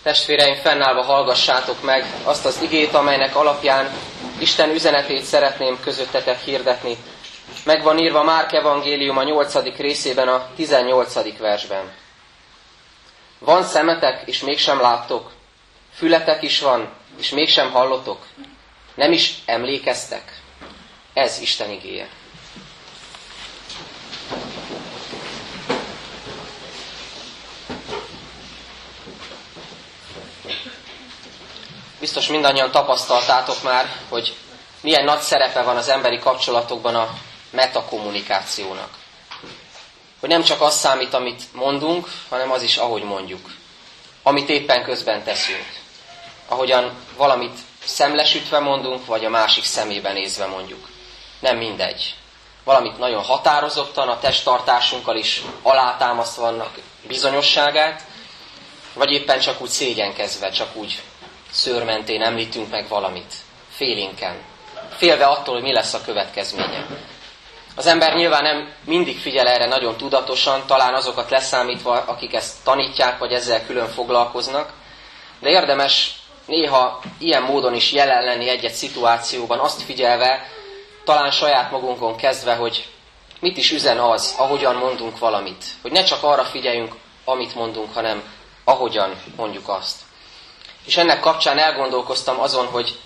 Testvéreim, fennállva hallgassátok meg azt az igét, amelynek alapján Isten üzenetét szeretném közöttetek hirdetni. Meg van írva Márk evangélium a 8. részében, a 18. versben. Van szemetek, és mégsem láttok, fületek is van, és mégsem hallotok. Nem is emlékeztek? Ez Isten igéje. Biztos mindannyian tapasztaltátok már, hogy milyen nagy szerepe van az emberi kapcsolatokban a metakommunikációnak. Hogy nem csak az számít, amit mondunk, hanem az is, ahogy mondjuk. Amit éppen közben teszünk. Ahogyan valamit szemlesütve mondunk, vagy a másik szemébe nézve mondjuk. Nem mindegy. Valamit nagyon határozottan, a testtartásunkkal is alátámasztva annak bizonyosságát, vagy éppen csak úgy szégyenkezve, csak úgy szőrmentén említünk meg valamit. Félénken. Félve attól, hogy mi lesz a következménye. Az ember nyilván nem mindig figyel erre nagyon tudatosan, talán azokat leszámítva, akik ezt tanítják, vagy ezzel külön foglalkoznak, de érdemes néha ilyen módon is jelen lenni egy-egy szituációban, azt figyelve, talán saját magunkon kezdve, hogy mit is üzen az, ahogyan mondunk valamit. Hogy ne csak arra figyeljünk, amit mondunk, hanem ahogyan mondjuk azt. És ennek kapcsán elgondolkoztam azon, hogy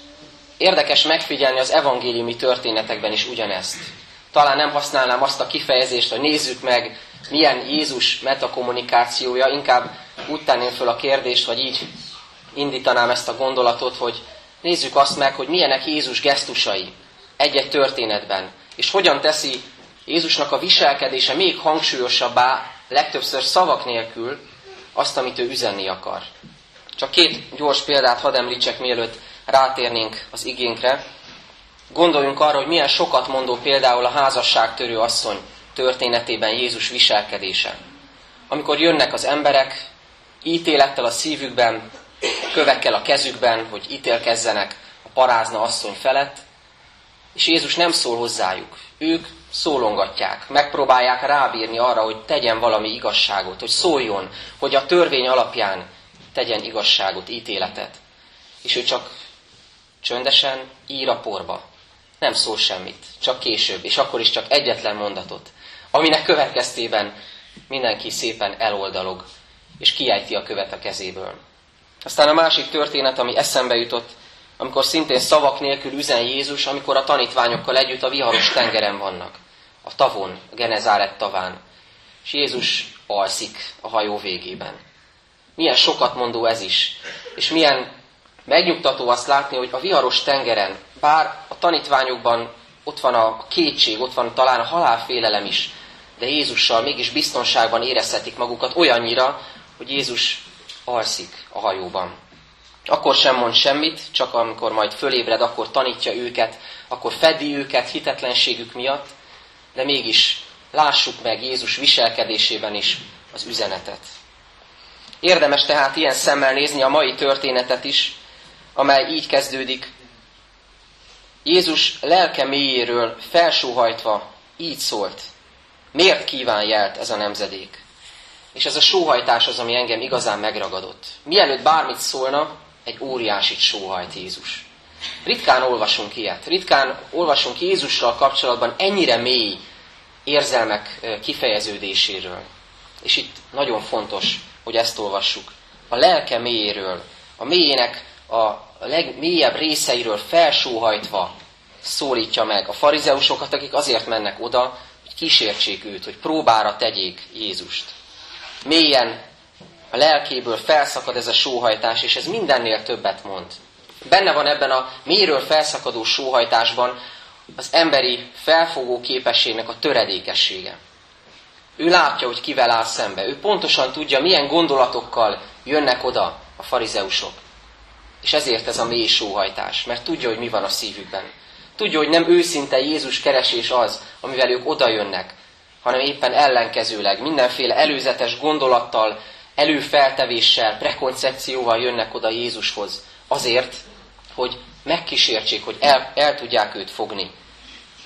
érdekes megfigyelni az evangéliumi történetekben is ugyanezt. Talán nem használnám azt a kifejezést, hogy nézzük meg, milyen Jézus metakommunikációja, inkább úgy tenném föl a kérdést, vagy így indítanám ezt a gondolatot, hogy nézzük azt meg, hogy milyenek Jézus gesztusai egy-egy történetben, és hogyan teszi Jézusnak a viselkedése még hangsúlyosabbá, legtöbbször szavak nélkül, azt, amit ő üzenni akar. Csak 2 gyors példát hadd említsek, mielőtt rátérnénk az igénkre. Gondoljunk arra, hogy milyen sokat mondó például a házasságtörő asszony történetében Jézus viselkedése. Amikor jönnek az emberek, ítélettel a szívükben, kövekkel a kezükben, hogy ítélkezzenek a parázna asszony felett, és Jézus nem szól hozzájuk. Ők szólongatják, megpróbálják rábírni arra, hogy tegyen valami igazságot, hogy szóljon, hogy a törvény alapján tegyen igazságot, ítéletet. És ő csak csöndesen ír a porba. Nem szól semmit, csak később, és akkor is csak egyetlen mondatot, aminek következtében mindenki szépen eloldalog, és kiejti a követ a kezéből. Aztán a másik történet, ami eszembe jutott, amikor szintén szavak nélkül üzen Jézus, amikor a tanítványokkal együtt a viharos tengeren vannak, a tavon, a Genezáret taván, és Jézus alszik a hajó végében. Milyen sokat mondó ez is, és milyen megnyugtató azt látni, hogy a viharos tengeren, bár a tanítványokban ott van a kétség, ott van talán a halálfélelem is, de Jézussal mégis biztonságban érezhetik magukat olyannyira, hogy Jézus alszik a hajóban. Akkor sem mond semmit, csak amikor majd fölébred, akkor tanítja őket, akkor fedi őket hitetlenségük miatt, de mégis lássuk meg Jézus viselkedésében is az üzenetet. Érdemes tehát ilyen szemmel nézni a mai történetet is, amely így kezdődik. Jézus lelke mélyéről felsóhajtva így szólt. Miért kíván jelt ez a nemzedék? És ez a sóhajtás az, ami engem igazán megragadott. Mielőtt bármit szólna, egy óriásit sóhajt Jézus. Ritkán olvasunk ilyet. Ritkán olvasunk Jézussal kapcsolatban ennyire mély érzelmek kifejeződéséről. És itt nagyon fontos, hogy ezt olvassuk. A lelke mélyéről, a mélyének a legmélyebb részeiről felsóhajtva szólítja meg a farizeusokat, akik azért mennek oda, hogy kísértsék őt, hogy próbára tegyék Jézust. Mélyen a lelkéből felszakad ez a sóhajtás, és ez mindennél többet mond. Benne van ebben a mélyről felszakadó sóhajtásban az emberi felfogó képességnek a töredékessége. Ő látja, hogy kivel áll szembe. Ő pontosan tudja, milyen gondolatokkal jönnek oda a farizeusok. És ezért ez a mély sóhajtás, mert tudja, hogy mi van a szívükben. Tudja, hogy nem őszinte Jézus keresés az, amivel ők oda jönnek, hanem éppen ellenkezőleg mindenféle előzetes gondolattal, előfeltevéssel, prekoncepcióval jönnek oda Jézushoz. Azért, hogy megkísértsék, hogy el tudják őt fogni.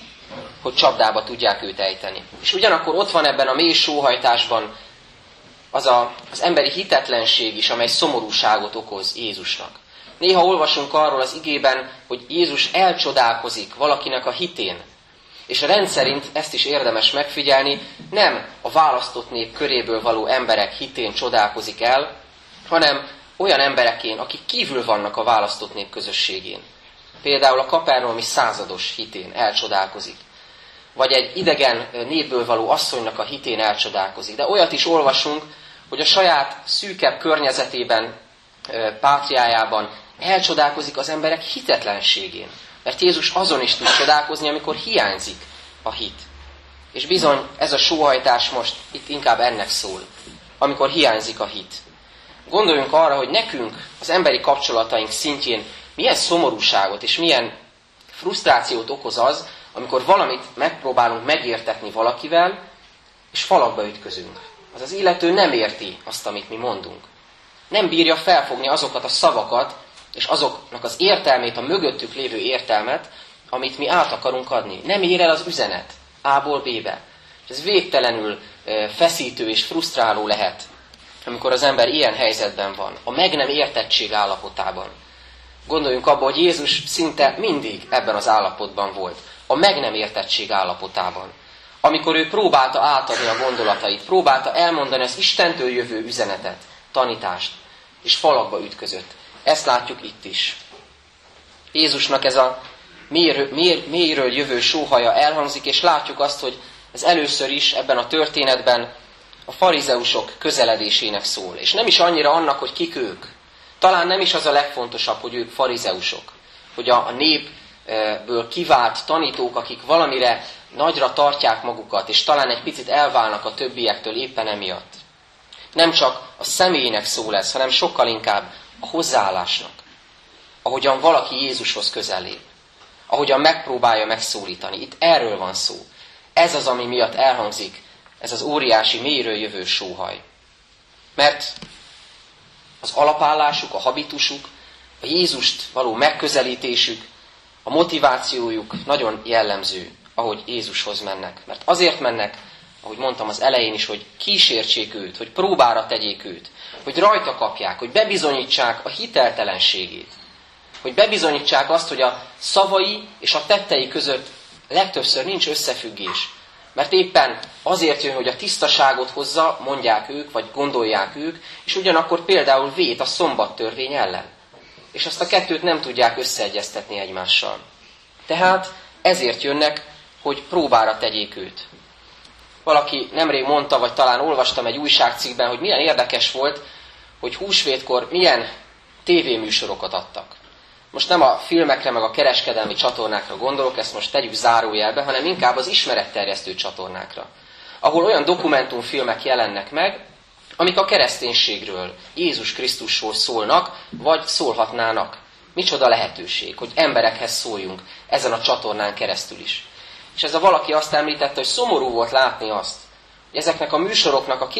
Hogy csapdába tudják őt ejteni. És ugyanakkor ott van ebben a mély sóhajtásban az emberi hitetlenség is, amely szomorúságot okoz Jézusnak. Néha olvasunk arról az igében, hogy Jézus elcsodálkozik valakinek a hitén. És rendszerint ezt is érdemes megfigyelni, nem a választott nép köréből való emberek hitén csodálkozik el, hanem olyan emberekén, akik kívül vannak a választott nép közösségén. Például a kapernaumi százados hitén elcsodálkozik. Vagy egy idegen népből való asszonynak a hitén elcsodálkozik. De olyat is olvasunk, hogy a saját szűkebb környezetében, pátriájában elcsodálkozik az emberek hitetlenségén. Mert Jézus azon is tud csodálkozni, amikor hiányzik a hit. És bizony ez a sóhajtás most itt inkább ennek szól, amikor hiányzik a hit. Gondoljunk arra, hogy nekünk az emberi kapcsolataink szintjén milyen szomorúságot és milyen frusztrációt okoz az, amikor valamit megpróbálunk megértetni valakivel, és falakba ütközünk. Az illető nem érti azt, amit mi mondunk. Nem bírja felfogni azokat a szavakat, és azoknak az értelmét, a mögöttük lévő értelmet, amit mi át akarunk adni. Nem ér el az üzenet A-ból B-be. És ez végtelenül feszítő és frusztráló lehet, amikor az ember ilyen helyzetben van, a meg nem értettség állapotában. Gondoljunk abba, hogy Jézus szinte mindig ebben az állapotban volt, a meg nem értettség állapotában. Amikor ő próbálta átadni a gondolatait, próbálta elmondani az Istentől jövő üzenetet, tanítást, és falakba ütközött. Ezt látjuk itt is. Jézusnak ez a mélyről jövő sóhaja elhangzik, és látjuk azt, hogy ez először is ebben a történetben a farizeusok közeledésének szól. És nem is annyira annak, hogy kik ők. Talán nem is az a legfontosabb, hogy ők farizeusok. Hogy a népből kivált tanítók, akik valamire nagyra tartják magukat, és talán egy picit elválnak a többiektől éppen emiatt. Nem csak a személynek szól ez, hanem sokkal inkább a hozzáállásnak. Ahogyan valaki Jézushoz közel lép. Ahogyan megpróbálja megszólítani. Itt erről van szó. Ez az, ami miatt elhangzik ez az óriási mélyről jövő sóhaj. Mert az alapállásuk, a habitusuk, a Jézust való megközelítésük, a motivációjuk nagyon jellemző, ahogy Jézushoz mennek. Mert azért mennek, ahogy mondtam az elején is, hogy kísértsék őt, hogy próbára tegyék őt, hogy rajta kapják, hogy bebizonyítsák a hiteltelenségét, hogy bebizonyítsák azt, hogy a szavai és a tettei között legtöbbször nincs összefüggés. Mert éppen azért jön, hogy a tisztaságot hozza, mondják ők, vagy gondolják ők, és ugyanakkor például vét a szombattörvény ellen. És azt a kettőt nem tudják összeegyeztetni egymással. Tehát ezért jönnek, hogy próbára tegyék őt. Valaki nemrég mondta, vagy talán olvastam egy újságcikkben, hogy milyen érdekes volt, hogy húsvétkor milyen tévéműsorokat adtak. Most nem a filmekre, meg a kereskedelmi csatornákra gondolok, ezt most tegyük zárójelbe, hanem inkább az ismeretterjesztő csatornákra. Ahol olyan dokumentumfilmek jelennek meg, amik a kereszténységről, Jézus Krisztusról szólnak, vagy szólhatnának. Micsoda lehetőség, hogy emberekhez szóljunk ezen a csatornán keresztül is. És ez a valaki azt említette, hogy szomorú volt látni azt, hogy ezeknek a műsoroknak a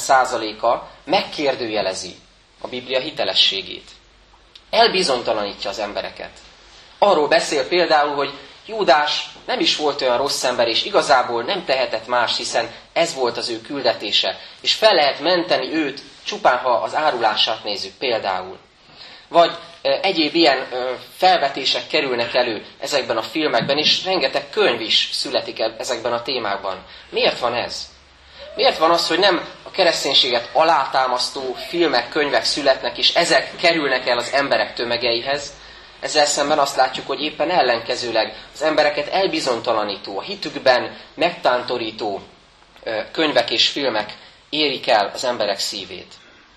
90%-a megkérdőjelezi a Biblia hitelességét. Elbizonytalanítja az embereket. Arról beszél például, hogy Júdás nem is volt olyan rossz ember, és igazából nem tehetett más, hiszen ez volt az ő küldetése. És fel lehet menteni őt, csupán ha az árulását nézzük például. Vagy egyéb ilyen felvetések kerülnek elő ezekben a filmekben, és rengeteg könyv is születik ezekben a témákban. Miért van ez? Miért van az, hogy nem a kereszténységet alátámasztó filmek, könyvek születnek, és ezek kerülnek el az emberek tömegeihez? Ezzel szemben azt látjuk, hogy éppen ellenkezőleg az embereket elbizonytalanító, a hitükben megtántorító könyvek és filmek érik el az emberek szívét.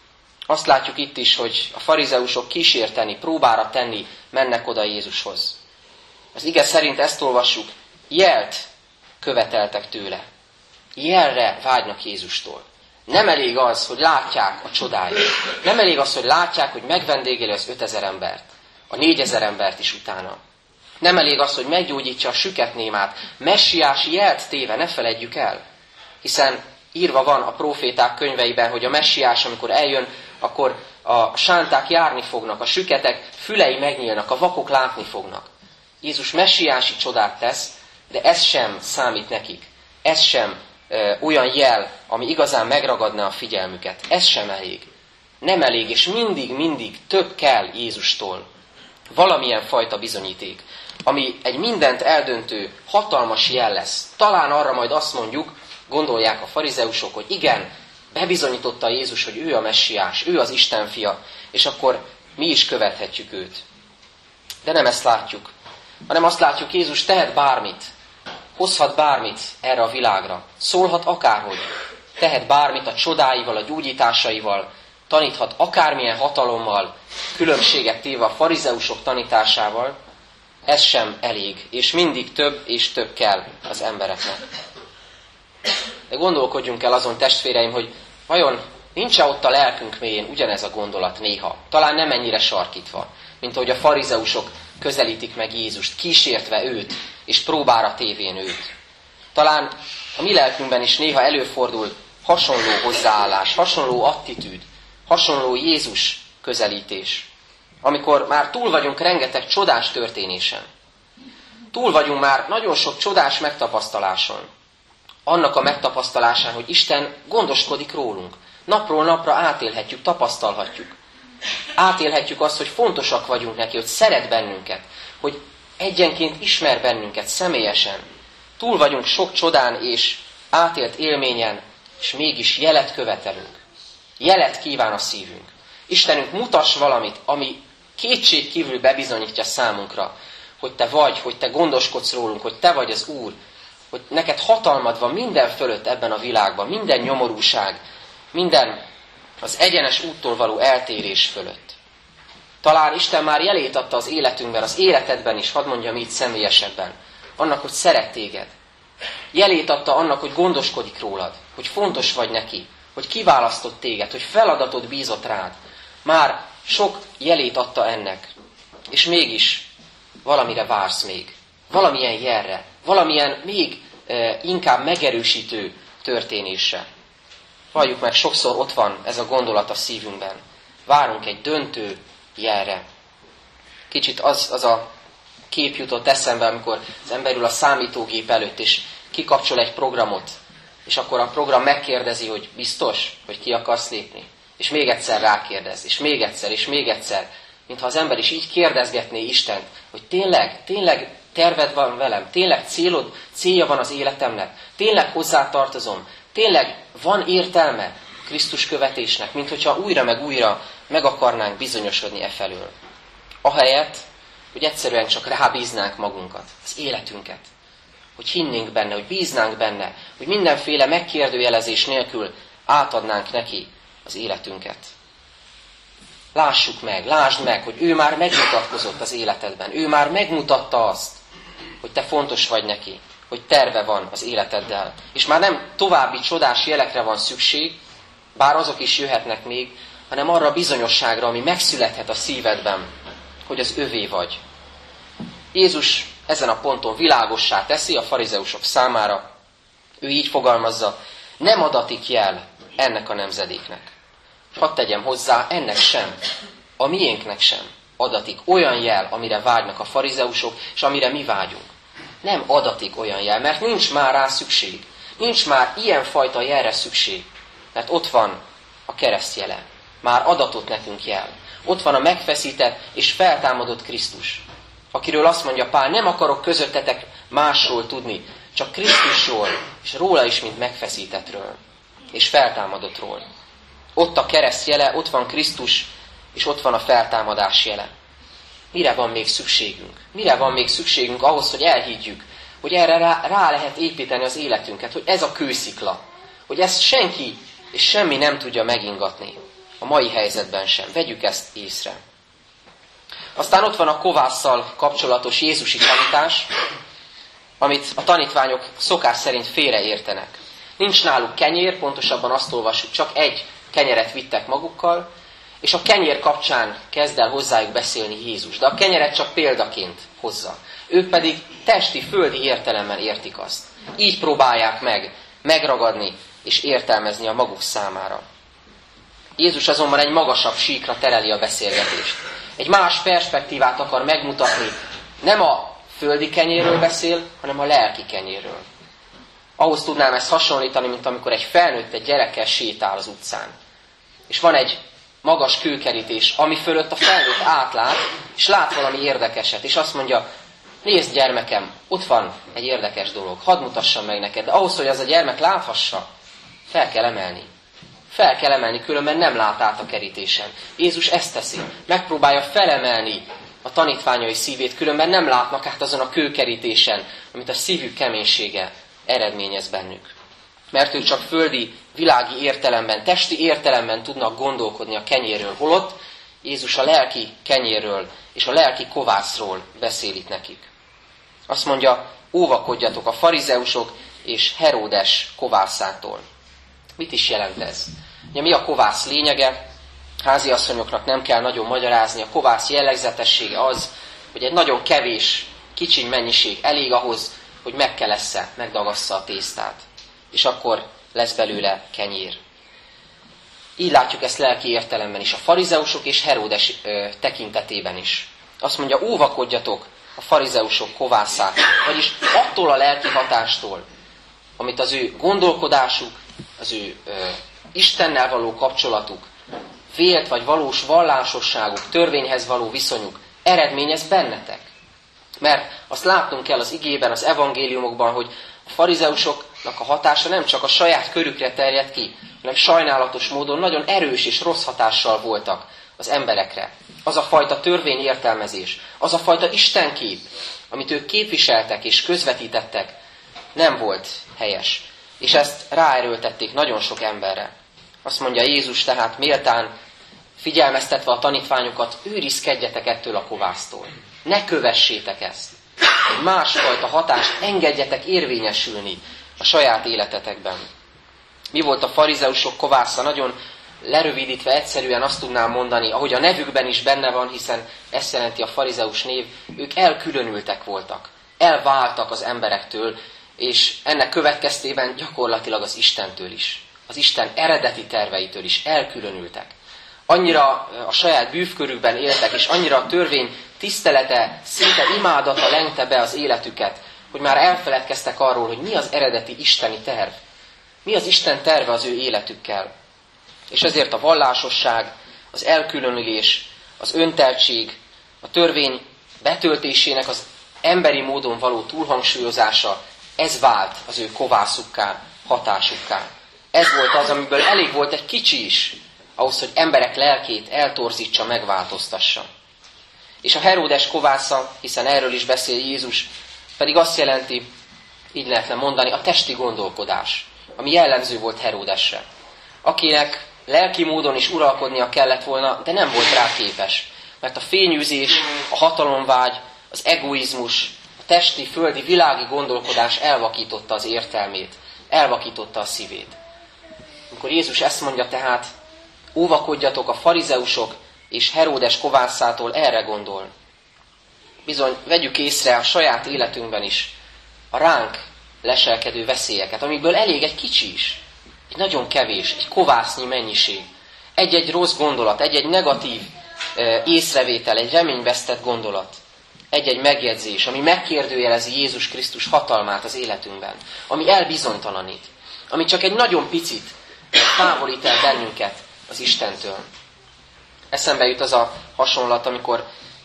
Azt látjuk itt is, hogy a farizeusok kísérteni, próbára tenni mennek oda Jézushoz. Az ige szerint ezt olvassuk, jelt követeltek tőle. Jelre vágynak Jézustól. Nem elég az, hogy látják a csodáit. Nem elég az, hogy látják, hogy megvendégeli az 5000 embert. A 4000 embert is utána. Nem elég az, hogy meggyógyítsa a süket némát. Messiási jelt téve, ne feledjük el. Hiszen írva van a próféták könyveiben, hogy a messiás, amikor eljön, akkor a sánták járni fognak, a süketek fülei megnyílnak, a vakok látni fognak. Jézus messiási csodát tesz, de ez sem számít nekik. Ez sem olyan jel, ami igazán megragadná a figyelmüket. Ez sem elég. Nem elég, és mindig több kell Jézustól. Valamilyen fajta bizonyíték, ami egy mindent eldöntő, hatalmas jel lesz. Talán arra majd azt mondjuk, gondolják a farizeusok, hogy igen, bebizonyította Jézus, hogy ő a messiás, ő az Isten fia, és akkor mi is követhetjük őt. De nem ezt látjuk, hanem azt látjuk, Jézus tehet bármit, hozhat bármit erre a világra, szólhat akárhogy, tehet bármit a csodáival, a gyógyításaival, taníthat akármilyen hatalommal, különbséget téve a farizeusok tanításával, ez sem elég, és mindig több és több kell az embereknek. De gondolkodjunk el azon, testvéreim, hogy vajon nincs-e ott a lelkünk mélyén ugyanez a gondolat néha, talán nem ennyire sarkítva, mint ahogy a farizeusok közelítik meg Jézust, kísértve őt, és próbára tévén őt. Talán a mi lelkünkben is néha előfordul hasonló hozzáállás, hasonló attitűd, hasonló Jézus közelítés, amikor már túl vagyunk rengeteg csodás történésen. Túl vagyunk már nagyon sok csodás megtapasztaláson. Annak a megtapasztalásán, hogy Isten gondoskodik rólunk. Napról napra átélhetjük, tapasztalhatjuk. Átélhetjük azt, hogy fontosak vagyunk neki, hogy szeret bennünket, hogy egyenként ismer bennünket személyesen. Túl vagyunk sok csodán és átélt élményen, és mégis jelet követelünk. Jelet kíván a szívünk. Istenünk, mutass valamit, ami kétségkívül bebizonyítja számunkra, hogy te vagy, hogy te gondoskodsz rólunk, hogy te vagy az Úr, hogy neked hatalmad van minden fölött ebben a világban, minden nyomorúság, minden az egyenes úttól való eltérés fölött. Talán Isten már jelét adta az életünkben, az életedben is, hadd mondjam így személyesebben, annak, hogy szeret téged. Jelét adta annak, hogy gondoskodik rólad, hogy fontos vagy neki, hogy kiválasztott téged, hogy feladatot bízott rád. Már sok jelét adta ennek, és mégis valamire vársz még. Valamilyen jelre, valamilyen még inkább megerősítő történésre. Valljuk meg, sokszor ott van ez a gondolat a szívünkben. Várunk egy döntő jelre. Kicsit az a kép jutott eszembe, amikor az ember ül a számítógép előtt, és kikapcsol egy programot, és akkor a program megkérdezi, hogy biztos, hogy ki akarsz lépni. És még egyszer rákérdez, és még egyszer, és még egyszer. Mintha az ember is így kérdezgetné Istent, hogy tényleg terved van velem, tényleg célja van az életemnek, tényleg hozzátartozom, tényleg van értelme Krisztus követésnek, mint hogyha újra meg újra meg akarnánk bizonyosodni efelől. Ahelyett, hogy egyszerűen csak rábíznánk magunkat, az életünket, hogy hinnénk benne, hogy bíznánk benne, hogy mindenféle megkérdőjelezés nélkül átadnánk neki az életünket. Lássuk meg, lásd meg, hogy ő már megmutatkozott az életedben. Ő már megmutatta azt, hogy te fontos vagy neki, hogy terve van az életeddel. És már nem további csodás jelekre van szükség, bár azok is jöhetnek még, hanem arra a bizonyosságra, ami megszülethet a szívedben, hogy az övé vagy. Jézus ezen a ponton világossá teszi a farizeusok számára. Ő így fogalmazza, nem adatik jel ennek a nemzedéknek. Hadd tegyem hozzá, ennek sem, a miénknek sem adatik olyan jel, amire vágynak a farizeusok, és amire mi vágyunk. Nem adatik olyan jel, mert nincs már rá szükség. Nincs már ilyenfajta jelre szükség. Mert ott van a kereszt jele. Már adatott nekünk jel. Ott van a megfeszített és feltámadott Krisztus, akiről azt mondja Pál, nem akarok közöttetek másról tudni, csak Krisztusról, és róla is, mint megfeszítettről, és feltámadottról. Ott a kereszt jele, ott van Krisztus, és ott van a feltámadás jele. Mire van még szükségünk? Mire van még szükségünk ahhoz, hogy elhiggyük, hogy erre rá lehet építeni az életünket, hogy ez a kőszikla, hogy ezt senki és semmi nem tudja megingatni. A mai helyzetben sem. Vegyük ezt észre. Aztán ott van a kovásszal kapcsolatos jézusi tanítás, amit a tanítványok szokás szerint félreértenek. Nincs náluk kenyér, pontosabban azt olvassuk, csak egy kenyeret vittek magukkal, és a kenyér kapcsán kezd el hozzájuk beszélni Jézus. De a kenyeret csak példaként hozza. Ők pedig testi, földi értelemben értik azt. Így próbálják meg megragadni és értelmezni a maguk számára. Jézus azonban egy magasabb síkra tereli a beszélgetést. Egy más perspektívát akar megmutatni. Nem a földi kenyérről beszél, hanem a lelki kenyérről. Ahhoz tudnám ezt hasonlítani, mint amikor egy felnőtt egy gyerekkel sétál az utcán. És van egy magas kőkerítés, ami fölött a felnőtt átlát, és lát valami érdekeset, és azt mondja, nézd gyermekem, ott van egy érdekes dolog, hadd mutassam meg neked. De ahhoz, hogy az a gyermek láthassa, fel kell emelni. Fel kell emelni, különben nem lát át a kerítésen. Jézus ezt teszi. Megpróbálja felemelni a tanítványai szívét, különben nem látnak át azon a kőkerítésen, amit a szívük keménysége eredményez bennük. Mert ők csak földi, világi értelemben, testi értelemben tudnak gondolkodni a kenyérről, holott Jézus a lelki kenyérről és a lelki kovászról beszél itt nekik. Azt mondja, óvakodjatok a farizeusok és Heródes kovászától. Mit is jelent ez? Ugye, mi a kovász lényege? Háziasszonyoknak nem kell nagyon magyarázni. A kovász jellegzetessége az, hogy egy nagyon kevés, kicsiny mennyiség elég ahhoz, hogy megkelessze, megdagassza a tésztát. És akkor lesz belőle kenyér. Így látjuk ezt lelki értelemben is, a farizeusok és Heródes tekintetében is. Azt mondja, óvakodjatok a farizeusok kovászától, vagyis attól a lelki hatástól, amit az ő gondolkodásuk, az ő Istennel való kapcsolatuk, vélt vagy valós vallásosságuk, törvényhez való viszonyuk eredményez bennetek. Mert azt látnunk kell az igében, az evangéliumokban, hogy a farizeusoknak a hatása nem csak a saját körükre terjedt ki, hanem sajnálatos módon nagyon erős és rossz hatással voltak az emberekre. Az a fajta törvényértelmezés, az a fajta istenkép, amit ők képviseltek és közvetítettek, nem volt helyes. És ezt ráerőltették nagyon sok emberre. Azt mondja Jézus tehát méltán, figyelmeztetve a tanítványokat, őrizkedjetek ettől a kovásztól. Ne kövessétek ezt. Egy másfajta hatást engedjetek érvényesülni a saját életetekben. Mi volt a farizeusok kovásza? Nagyon lerövidítve, egyszerűen azt tudnám mondani, ahogy a nevükben is benne van, hiszen ezt jelenti a farizeus név, ők elkülönültek voltak. Elváltak az emberektől, és ennek következtében gyakorlatilag az Istentől is. Az Isten eredeti terveitől is elkülönültek. Annyira a saját bűvkörükben éltek, és annyira a törvény tisztelete, szinte imádata lengte be az életüket, hogy már elfeledkeztek arról, hogy mi az eredeti isteni terv. Mi az Isten terve az ő életükkel. És ezért a vallásosság, az elkülönülés, az önteltség, a törvény betöltésének az emberi módon való túlhangsúlyozása, ez vált az ő kovászukká, hatásukká. Ez volt az, amiből elég volt egy kicsi is, ahhoz, hogy emberek lelkét eltorzítsa, megváltoztassa. És a Heródes kovásza, hiszen erről is beszél Jézus, pedig azt jelenti, így lehetne mondani, a testi gondolkodás, ami jellemző volt Heródesre, akinek lelki módon is uralkodnia kellett volna, de nem volt rá képes. Mert a fényűzés, a hatalomvágy, az egoizmus, a testi, földi, világi gondolkodás elvakította az értelmét, elvakította a szívét. Amikor Jézus ezt mondja tehát, óvakodjatok a farizeusok és Heródes kovászától, erre gondol. Bizony, vegyük észre a saját életünkben is a ránk leselkedő veszélyeket, amikből elég egy kicsi is, egy nagyon kevés, egy kovásznyi mennyiség, egy-egy rossz gondolat, egy-egy negatív észrevétel, egy reményvesztett gondolat, egy-egy megjegyzés, ami megkérdőjelezi Jézus Krisztus hatalmát az életünkben, ami elbizonytalanít, ami csak egy nagyon picit távolít el bennünket az Istentől. Eszembe jut az a hasonlat, amikor,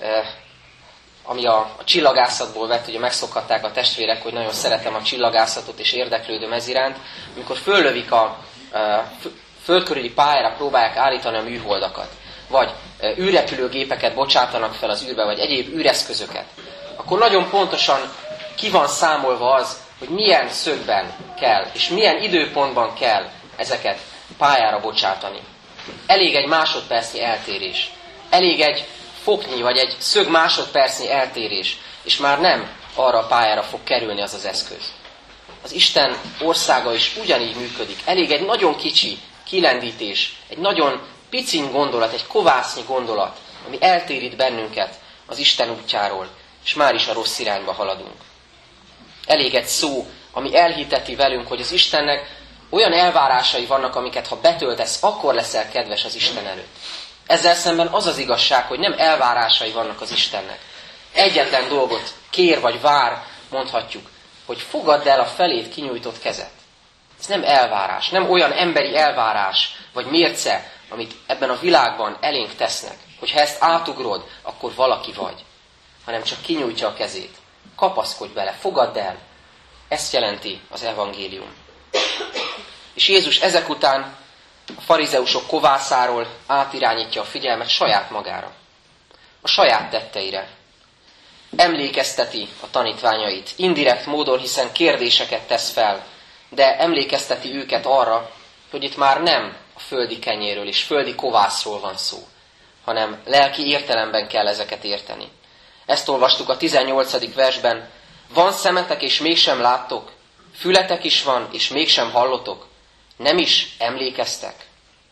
ami a csillagászatból vett, ugye megszokhatták a testvérek, hogy nagyon szeretem a csillagászatot és érdeklődöm ez iránt, amikor föllövik a földkörüli pályára, próbálják állítani a műholdakat, vagy űrrepülőgépeket bocsátanak fel az űrbe, vagy egyéb űreszközöket, akkor nagyon pontosan ki van számolva az, hogy milyen szögben kell, és milyen időpontban kell ezeket pályára bocsátani. Elég egy másodpercnyi eltérés. Elég egy foknyi, vagy egy szög másodpercnyi eltérés, és már nem arra a pályára fog kerülni az az eszköz. Az Isten országa is ugyanígy működik. Elég egy nagyon kicsi kilendítés, egy nagyon piciny gondolat, egy kovásznyi gondolat, ami eltérít bennünket az Isten útjáról, és már is a rossz irányba haladunk. Elég egy szó, ami elhiteti velünk, hogy az Istennek olyan elvárásai vannak, amiket ha betöltesz, akkor leszel kedves az Isten előtt. Ezzel szemben az az igazság, hogy nem elvárásai vannak az Istennek. Egyetlen dolgot kér vagy vár, mondhatjuk, hogy fogadd el a felét kinyújtott kezet. Ez nem elvárás, nem olyan emberi elvárás, vagy mérce, amit ebben a világban elénk tesznek. Hogyha ezt átugrod, akkor valaki vagy. Hanem csak kinyújtja a kezét. Kapaszkodj bele, fogadd el. Ezt jelenti az evangélium. És Jézus ezek után a farizeusok kovászáról átirányítja a figyelmet saját magára. A saját tetteire. Emlékezteti a tanítványait. Indirekt módon, hiszen kérdéseket tesz fel, de emlékezteti őket arra, hogy itt már nem a földi kenyéről és földi kovászról van szó, hanem lelki értelemben kell ezeket érteni. Ezt olvastuk a 18. versben. Van szemetek, és mégsem láttok, fületek is van, és mégsem hallotok. Nem is emlékeztek?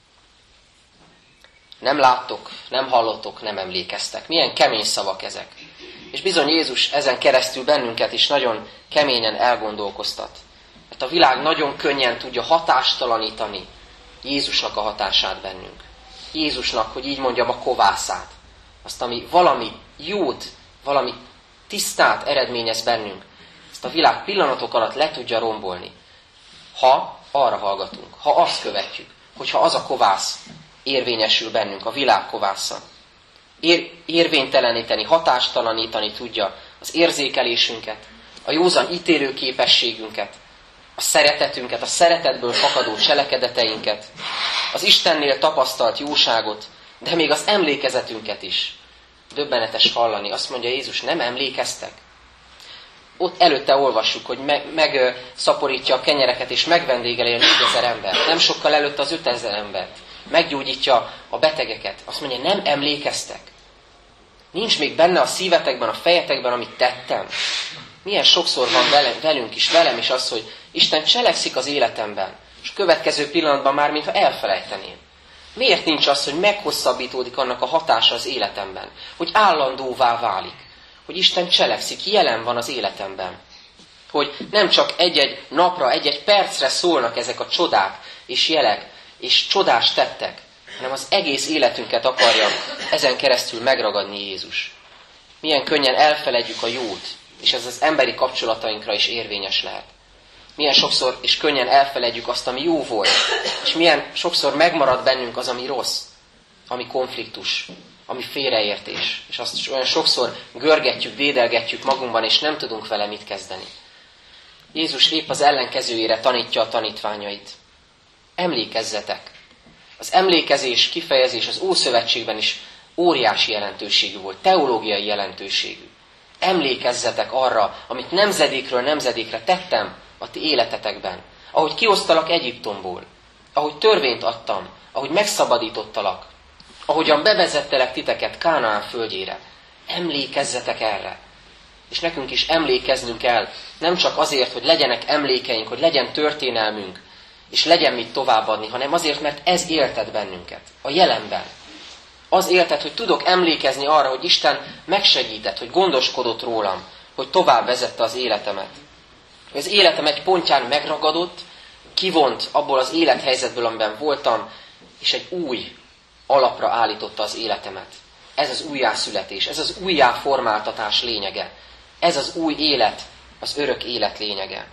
Nem láttok, nem hallottok, nem emlékeztek. Milyen kemény szavak ezek. És bizony Jézus ezen keresztül bennünket is nagyon keményen elgondolkoztat. Mert a világ nagyon könnyen tudja hatástalanítani Jézusnak a hatását bennünk. Jézusnak, hogy így mondjam, a kovászát. Azt, ami valami jót, valami tisztát eredményez bennünk. Ezt a világ pillanatok alatt le tudja rombolni. Ha arra hallgatunk, ha azt követjük, hogyha az a kovász érvényesül bennünk, a világ kovásza. Érvényteleníteni, hatástalanítani tudja az érzékelésünket, a józan ítélő képességünket, a szeretetünket, a szeretetből fakadó cselekedeteinket, az Istennél tapasztalt jóságot, de még az emlékezetünket is. Döbbenetes hallani. Azt mondja Jézus, nem emlékeztek? Ott előtte olvassuk, hogy megszaporítja a kenyereket, és megvendégeli a 4000 embert. Nem sokkal előtte az 5000 embert. Meggyógyítja a betegeket. Azt mondja, nem emlékeztek? Nincs még benne a szívetekben, a fejetekben, amit tettem? Milyen sokszor van velünk is, velem is az, hogy Isten cselekszik az életemben, és a következő pillanatban már, mintha elfelejteném. Miért nincs az, hogy meghosszabbítódik annak a hatása az életemben? Hogy állandóvá válik? Hogy Isten cselekszik, jelen van az életemben? Hogy nem csak egy-egy napra, egy-egy percre szólnak ezek a csodák és jelek és csodás tettek, hanem az egész életünket akarja ezen keresztül megragadni Jézus. Milyen könnyen elfeledjük a jót, és ez az emberi kapcsolatainkra is érvényes lehet. Milyen sokszor és könnyen elfeledjük azt, ami jó volt, és milyen sokszor megmarad bennünk az, ami rossz, ami konfliktus, ami félreértés. És azt is olyan sokszor görgetjük, dédelgetjük magunkban, és nem tudunk vele mit kezdeni. Jézus épp az ellenkezőjére tanítja a tanítványait. Emlékezzetek! Az emlékezés, kifejezés az Ószövetségben is óriási jelentőségű volt, teológiai jelentőségű. Emlékezzetek arra, amit nemzedékről nemzedékre tettem a ti életetekben. Ahogy kiosztalak Egyiptomból, ahogy törvényt adtam, ahogy megszabadítottalak, ahogyan bevezettelek titeket Kánaán földjére. Emlékezzetek erre. És nekünk is emlékeznünk kell, nem csak azért, hogy legyenek emlékeink, hogy legyen történelmünk, és legyen mit továbbadni, hanem azért, mert ez éltet bennünket, a jelenben. Az éltet, hogy tudok emlékezni arra, hogy Isten megsegített, hogy gondoskodott rólam, hogy tovább vezette az életemet. Hogy az életem egy pontján megragadott, kivont abból az élethelyzetből, amiben voltam, és egy új alapra állította az életemet. Ez az újjászületés, ez az újjáformáltatás lényege. Ez az új élet, az örök élet lényege.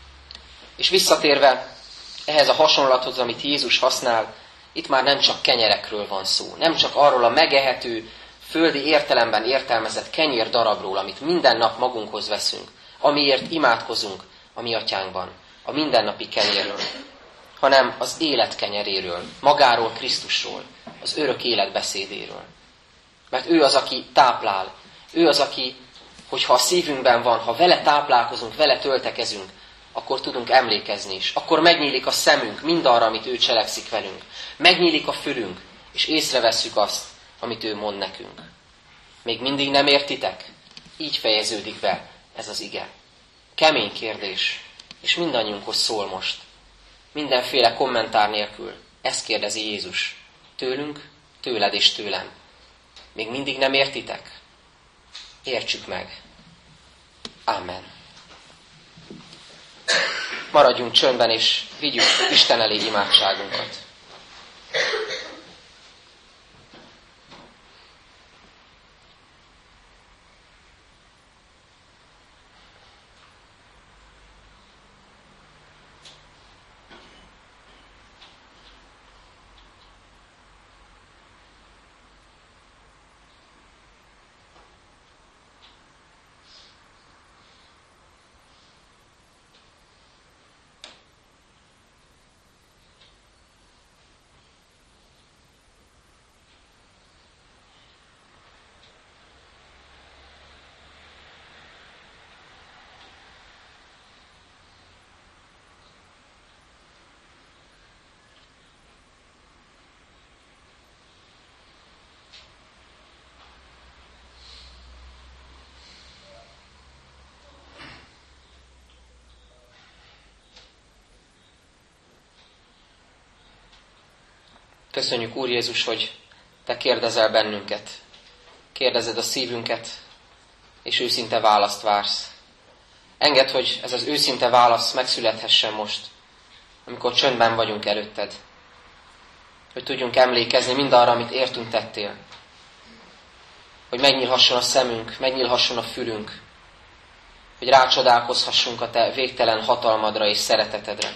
És visszatérve ehhez a hasonlathoz, amit Jézus használ, itt már nem csak kenyerekről van szó, nem csak arról a megehető, földi értelemben értelmezett kenyér darabról, amit minden nap magunkhoz veszünk, amiért imádkozunk a mi atyánkban, a mindennapi kenyérről, hanem az élet kenyeréről, magáról, Krisztusról, az örök élet beszédéről. Mert ő az, aki táplál, ő az, aki, hogyha a szívünkben van, ha vele táplálkozunk, vele töltekezünk, akkor tudunk emlékezni is. Akkor megnyílik a szemünk mindarra, amit ő cselekszik velünk. Megnyílik a fülünk, és észrevesszük azt, amit ő mond nekünk. Még mindig nem értitek? Így fejeződik be ez az ige. Kemény kérdés, és mindannyiunkhoz szól most. Mindenféle kommentár nélkül. Ezt kérdezi Jézus. Tőlünk, tőled és tőlem. Még mindig nem értitek? Értsük meg. Amen. Maradjunk csöndben, és vigyük Isten elé imádságunkat. Köszönjük, Úr Jézus, hogy Te kérdezel bennünket. Kérdezed a szívünket, és őszinte választ vársz. Engedd, hogy ez az őszinte válasz megszülethessen most, amikor csöndben vagyunk előtted. Hogy tudjunk emlékezni mindarra, amit értünk tettél. Hogy megnyílhasson a szemünk, megnyílhasson a fülünk. Hogy rácsodálkozhassunk a Te végtelen hatalmadra és szeretetedre.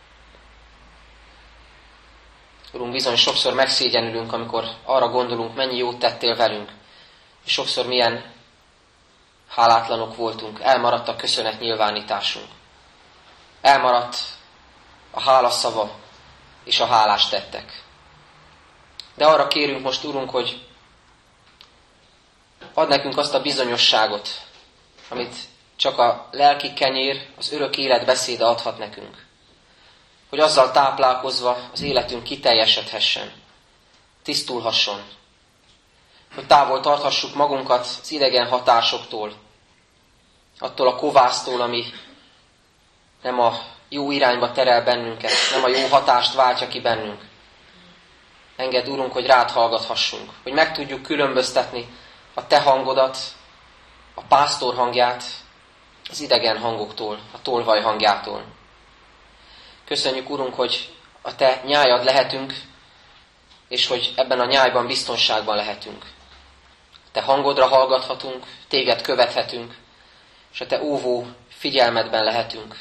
Urunk, bizony sokszor megszégyenülünk, amikor arra gondolunk, mennyi jót tettél velünk. És sokszor milyen hálátlanok voltunk, elmaradt a köszönetnyilvánításunk. Elmaradt a hálaszava és a hálás tettek. De arra kérünk most, Urunk, hogy add nekünk azt a bizonyosságot, amit csak a lelki kenyér, az örök élet beszéde adhat nekünk. Hogy azzal táplálkozva az életünk kiteljesedhessen, tisztulhasson. Hogy távol tarthassuk magunkat az idegen hatásoktól, attól a kovásztól, ami nem a jó irányba terel bennünket, nem a jó hatást váltja ki bennünk. Engedd, Urunk, hogy rád hallgathassunk, hogy meg tudjuk különböztetni a Te hangodat, a pásztor hangját az idegen hangoktól, a tolvaj hangjától. Köszönjük, Urunk, hogy a Te nyájad lehetünk, és hogy ebben a nyájban biztonságban lehetünk. Te hangodra hallgathatunk, Téged követhetünk, és a Te óvó figyelmedben lehetünk.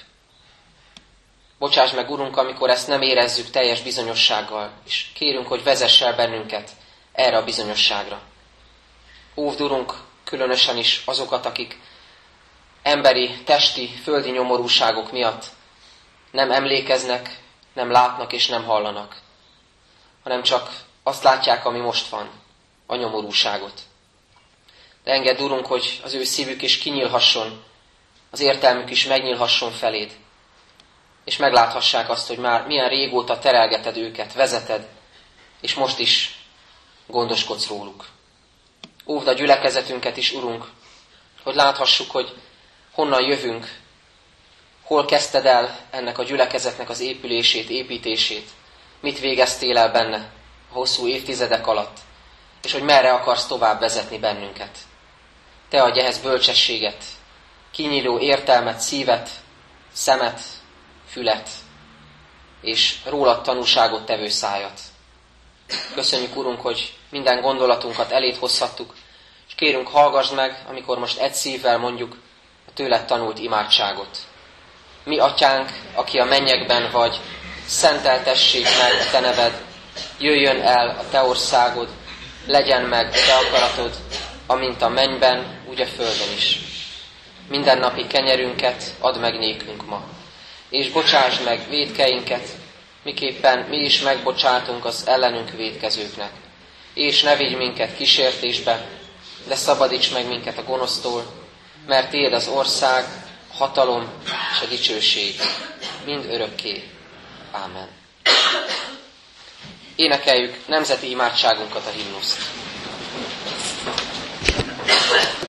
Bocsáss meg, Urunk, amikor ezt nem érezzük teljes bizonyossággal, és kérünk, hogy vezess el bennünket erre a bizonyosságra. Óvd, Urunk, különösen is azokat, akik emberi, testi, földi nyomorúságok miatt nem emlékeznek, nem látnak és nem hallanak, hanem csak azt látják, ami most van, a nyomorúságot. De engedd, Urunk, hogy az ő szívük is kinyílhasson, az értelmük is megnyílhasson feléd, és megláthassák azt, hogy már milyen régóta terelgeted őket, vezeted, és most is gondoskodsz róluk. Óvd a gyülekezetünket is, Urunk, hogy láthassuk, hogy honnan jövünk, hol kezdted el ennek a gyülekezetnek az épülését, építését, mit végeztél el benne a hosszú évtizedek alatt, és hogy merre akarsz tovább vezetni bennünket. Te adj ehhez bölcsességet, kinyíló értelmet, szívet, szemet, fület, és rólad tanúságot tevő szájat. Köszönjük, Urunk, hogy minden gondolatunkat eléd hozhattuk, és kérünk, hallgass meg, amikor most egy szívvel mondjuk a tőled tanult imádságot. Mi, Atyánk, aki a mennyekben vagy, szenteltessék meg a Te neved, jöjjön el a Te országod, legyen meg a Te akaratod, amint a mennyben, úgy a földön is. Mindennapi kenyerünket add meg nékünk ma, és bocsásd meg vétkeinket, miképpen mi is megbocsátunk az ellenünk vétkezőknek. És ne vigy minket kísértésbe, de szabadíts meg minket a gonosztól, mert Tiéd az ország, a hatalom és a dicsőség mind örökké. Ámen. Énekeljük nemzeti imádságunkat, a himnuszt.